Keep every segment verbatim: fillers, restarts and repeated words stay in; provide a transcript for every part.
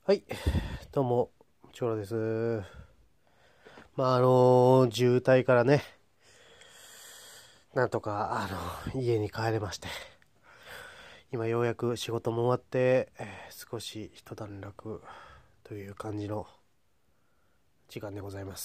はい、どうも、チョロです。まあ、あのー渋滞からね、なんとか、あの、家に帰れまして、今ようやく仕事も終わって、えー少し一段落という感じの時間でございます。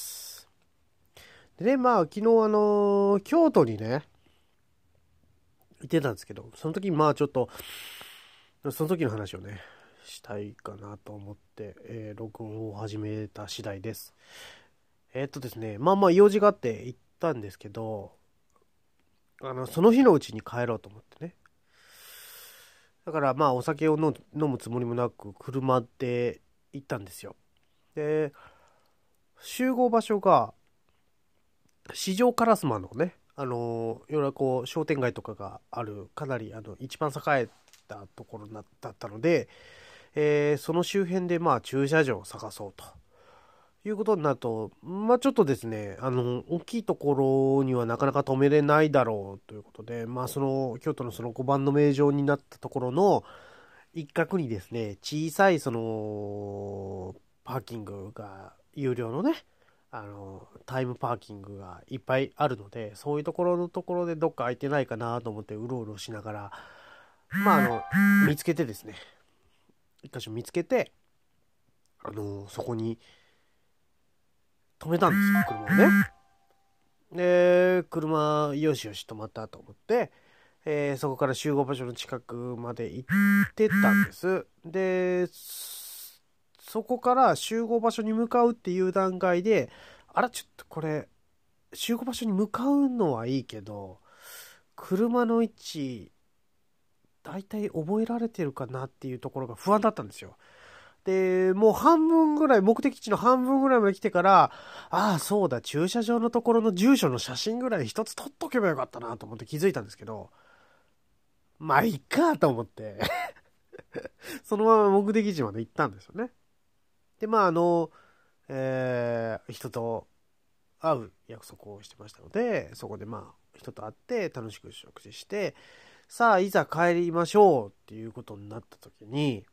でね、まあ、昨日、あのー京都にね、行ってたんですけど、その時にまあ、ちょっと、その時の話をね、したいかなと思って、えー録音を始めた次第です。えーっとですね、まあまあ用事があって行ったんですけど、あの、その日のうちに帰ろうと思ってね。だからまあお酒を飲むつもりもなく車で行ったんですよ。で、集合場所が四条烏丸のね、あの、いろいろこう商店街とかがあるかなりあの一番栄えたところだったので、えーその周辺でまあ駐車場を探そうと。いうことになると、まあちょっとですね、あの、大きいところにはなかなか止めれないだろうということで、まあその、京都のそのごばんの名城になったところの一角にですね、小さいその、パーキングが、有料のね、あの、タイムパーキングがいっぱいあるので、そういうところのところでどっか空いてないかなと思ってうろうろしながら、まああの、見つけてですね、一箇所見つけて、あの、そこに止めたんですよ、車をね。で、車、よしよし止まったと思って、えーそこから集合場所の近くまで行ってたんです。で、そこから集合場所に向かうっていう段階で、あら、ちょっとこれ、集合場所に向かうのはいいけど、車の位置、大体覚えられてるかなっていうところが不安だったんですよ。で、もう半分ぐらい、目的地の半分ぐらいまで来てから、ああ、そうだ、駐車場のところの住所の写真ぐらい一つ撮っとけばよかったなと思って気づいたんですけど、まあ、いっかと思ってそのまま目的地まで行ったんですよね。で、まあ、あの、えー、人と会う約束をしてましたので、そこでまあ、人と会って楽しく食事して、さあ、いざ帰りましょうっていうことになった時に、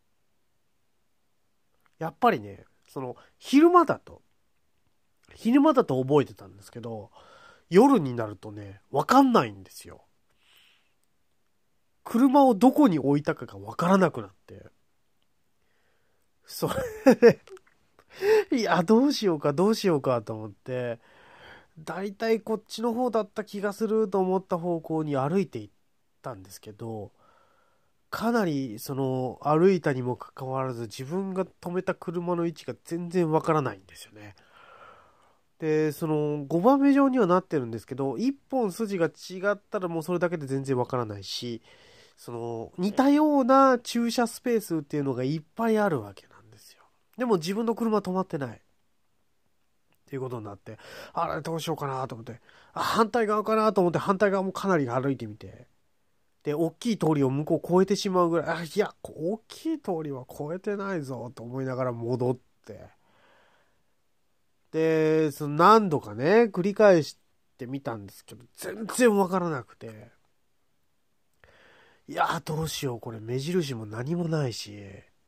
やっぱりね、その、昼間だと、昼間だと覚えてたんですけど、夜になるとね、わかんないんですよ。車をどこに置いたかがわからなくなって。それでいや、どうしようか、どうしようかと思って、だいたいこっちの方だった気がすると思った方向に歩いていったんですけど、かなり、その、歩いたにもかかわらず、自分が止めた車の位置が全然わからないんですよね。で、その、ごばんめ状にはなってるんですけど、いっぽん筋が違ったらもうそれだけで全然わからないし、その、似たような駐車スペースっていうのがいっぱいあるわけなんですよ。でも自分の車止まってない。っていうことになって、あれどうしようかなと思って、あ、反対側かなと思って反対側もかなり歩いてみて、で、大きい通りを向こう越えてしまうぐらい、あ、いや、大きい通りは越えてないぞと思いながら戻って、で、その何度かね、繰り返してみたんですけど、全然わからなくて、いや、どうしよう、これ目印も何もないし、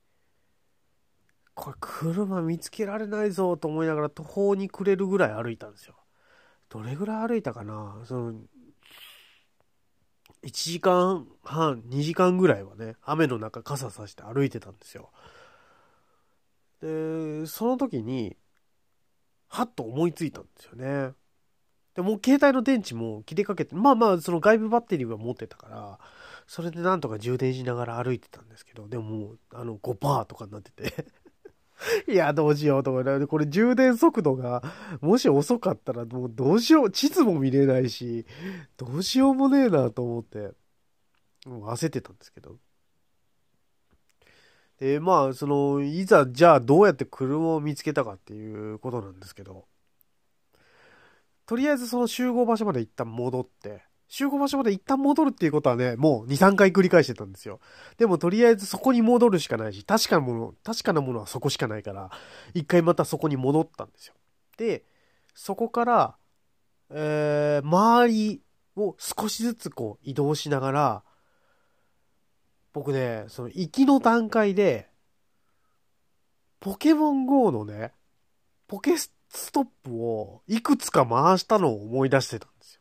これ車見つけられないぞと思いながら途方に暮れるぐらい歩いたんですよ。どれぐらい歩いたかな、その、いちじかんはん、にじかんぐらいはね、雨の中傘さして歩いてたんですよ。で、その時に、はっと思いついたんですよね。で、もう携帯の電池も切れかけて、まあまあ、その外部バッテリーは持ってたから、それでなんとか充電しながら歩いてたんですけど、でももう、あの、ごパーセントとかになってていや、どうしようと思って、これ充電速度が、もし遅かったら、もうどうしよう、地図も見れないし、どうしようもねえなと思って、もう焦ってたんですけど。で、まあ、その、いざ、じゃあどうやって車を見つけたかっていうことなんですけど、とりあえずその集合場所まで一旦戻って、集合場所まで一旦戻るっていうことはね、もうに、さんかい繰り返してたんですよ。でもとりあえずそこに戻るしかないし、確かなもの、確かなものはそこしかないから、一回またそこに戻ったんですよ。で、そこから、えー、周りを少しずつこう移動しながら、僕ね、その行きの段階で、 ポケモン ゴー のね、ポケストップをいくつか回したのを思い出してたんですよ。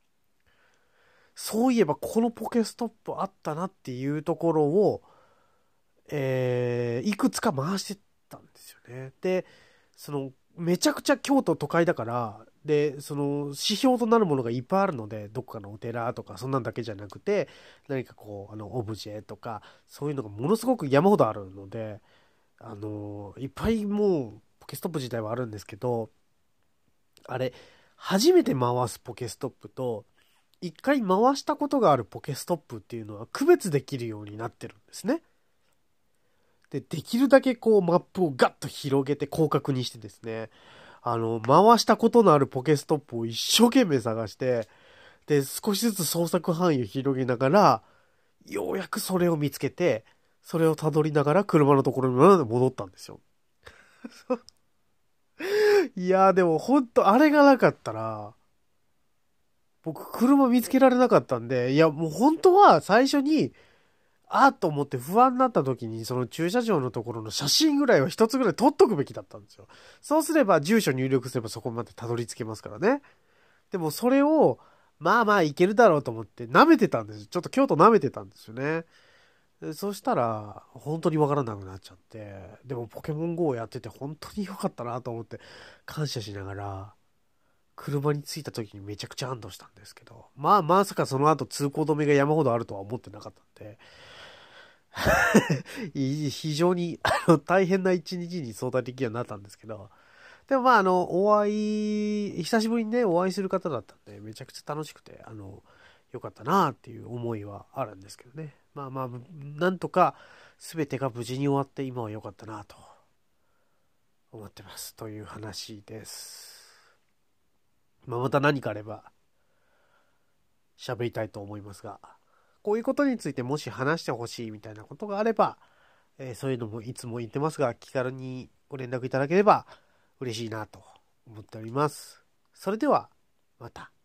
そういえばこのポケストップあったなっていうところを、えー、いくつか回してたんですよね。で、その、めちゃくちゃ京都都会だから、で、その指標となるものがいっぱいあるので、どっかのお寺とか、そんなんだけじゃなくて、何かこう、あの、オブジェとか、そういうのがものすごく山ほどあるので、あの、いっぱいもう、ポケストップ自体はあるんですけど、あれ、初めて回すポケストップと、一回回したことがあるポケストップっていうのは区別できるようになってるんですね。で、できるだけこうマップをガッと広げて広角にしてですね、あの、回したことのあるポケストップを一生懸命探して、で、少しずつ捜索範囲を広げながら、ようやくそれを見つけて、それを辿りながら車のところに戻ったんですよ。いやーでもほんとあれがなかったら、僕車見つけられなかったんで、いやもう本当は最初に、あーと思って不安になった時に、その駐車場のところの写真ぐらいは一つぐらい撮っとくべきだったんですよ。そうすれば住所入力すればそこまでたどり着けますからね。でもそれを、まあまあいけるだろうと思って舐めてたんですよ。ちょっと京都舐めてたんですよね。でそしたら、本当にわからなくなっちゃって、でもポケモン ゴー やってて本当に良かったなと思って感謝しながら、車に着いた時にめちゃくちゃ安堵したんですけど、まあまさかその後通行止めが山ほどあるとは思ってなかったんで、非常にあの大変な一日に相談できるようになったんですけど、でもまああの、お会い、久しぶりにね、お会いする方だったんで、めちゃくちゃ楽しくて、あの、よかったなっていう思いはあるんですけどね。まあまあ、なんとか全てが無事に終わって今は良かったなと思ってます。という話です。まあまた何かあれば喋りたいと思いますが、こういうことについてもし話してほしいみたいなことがあれば、えーそういうのもいつも言ってますが、気軽にご連絡いただければ嬉しいなと思っております。それでは、また。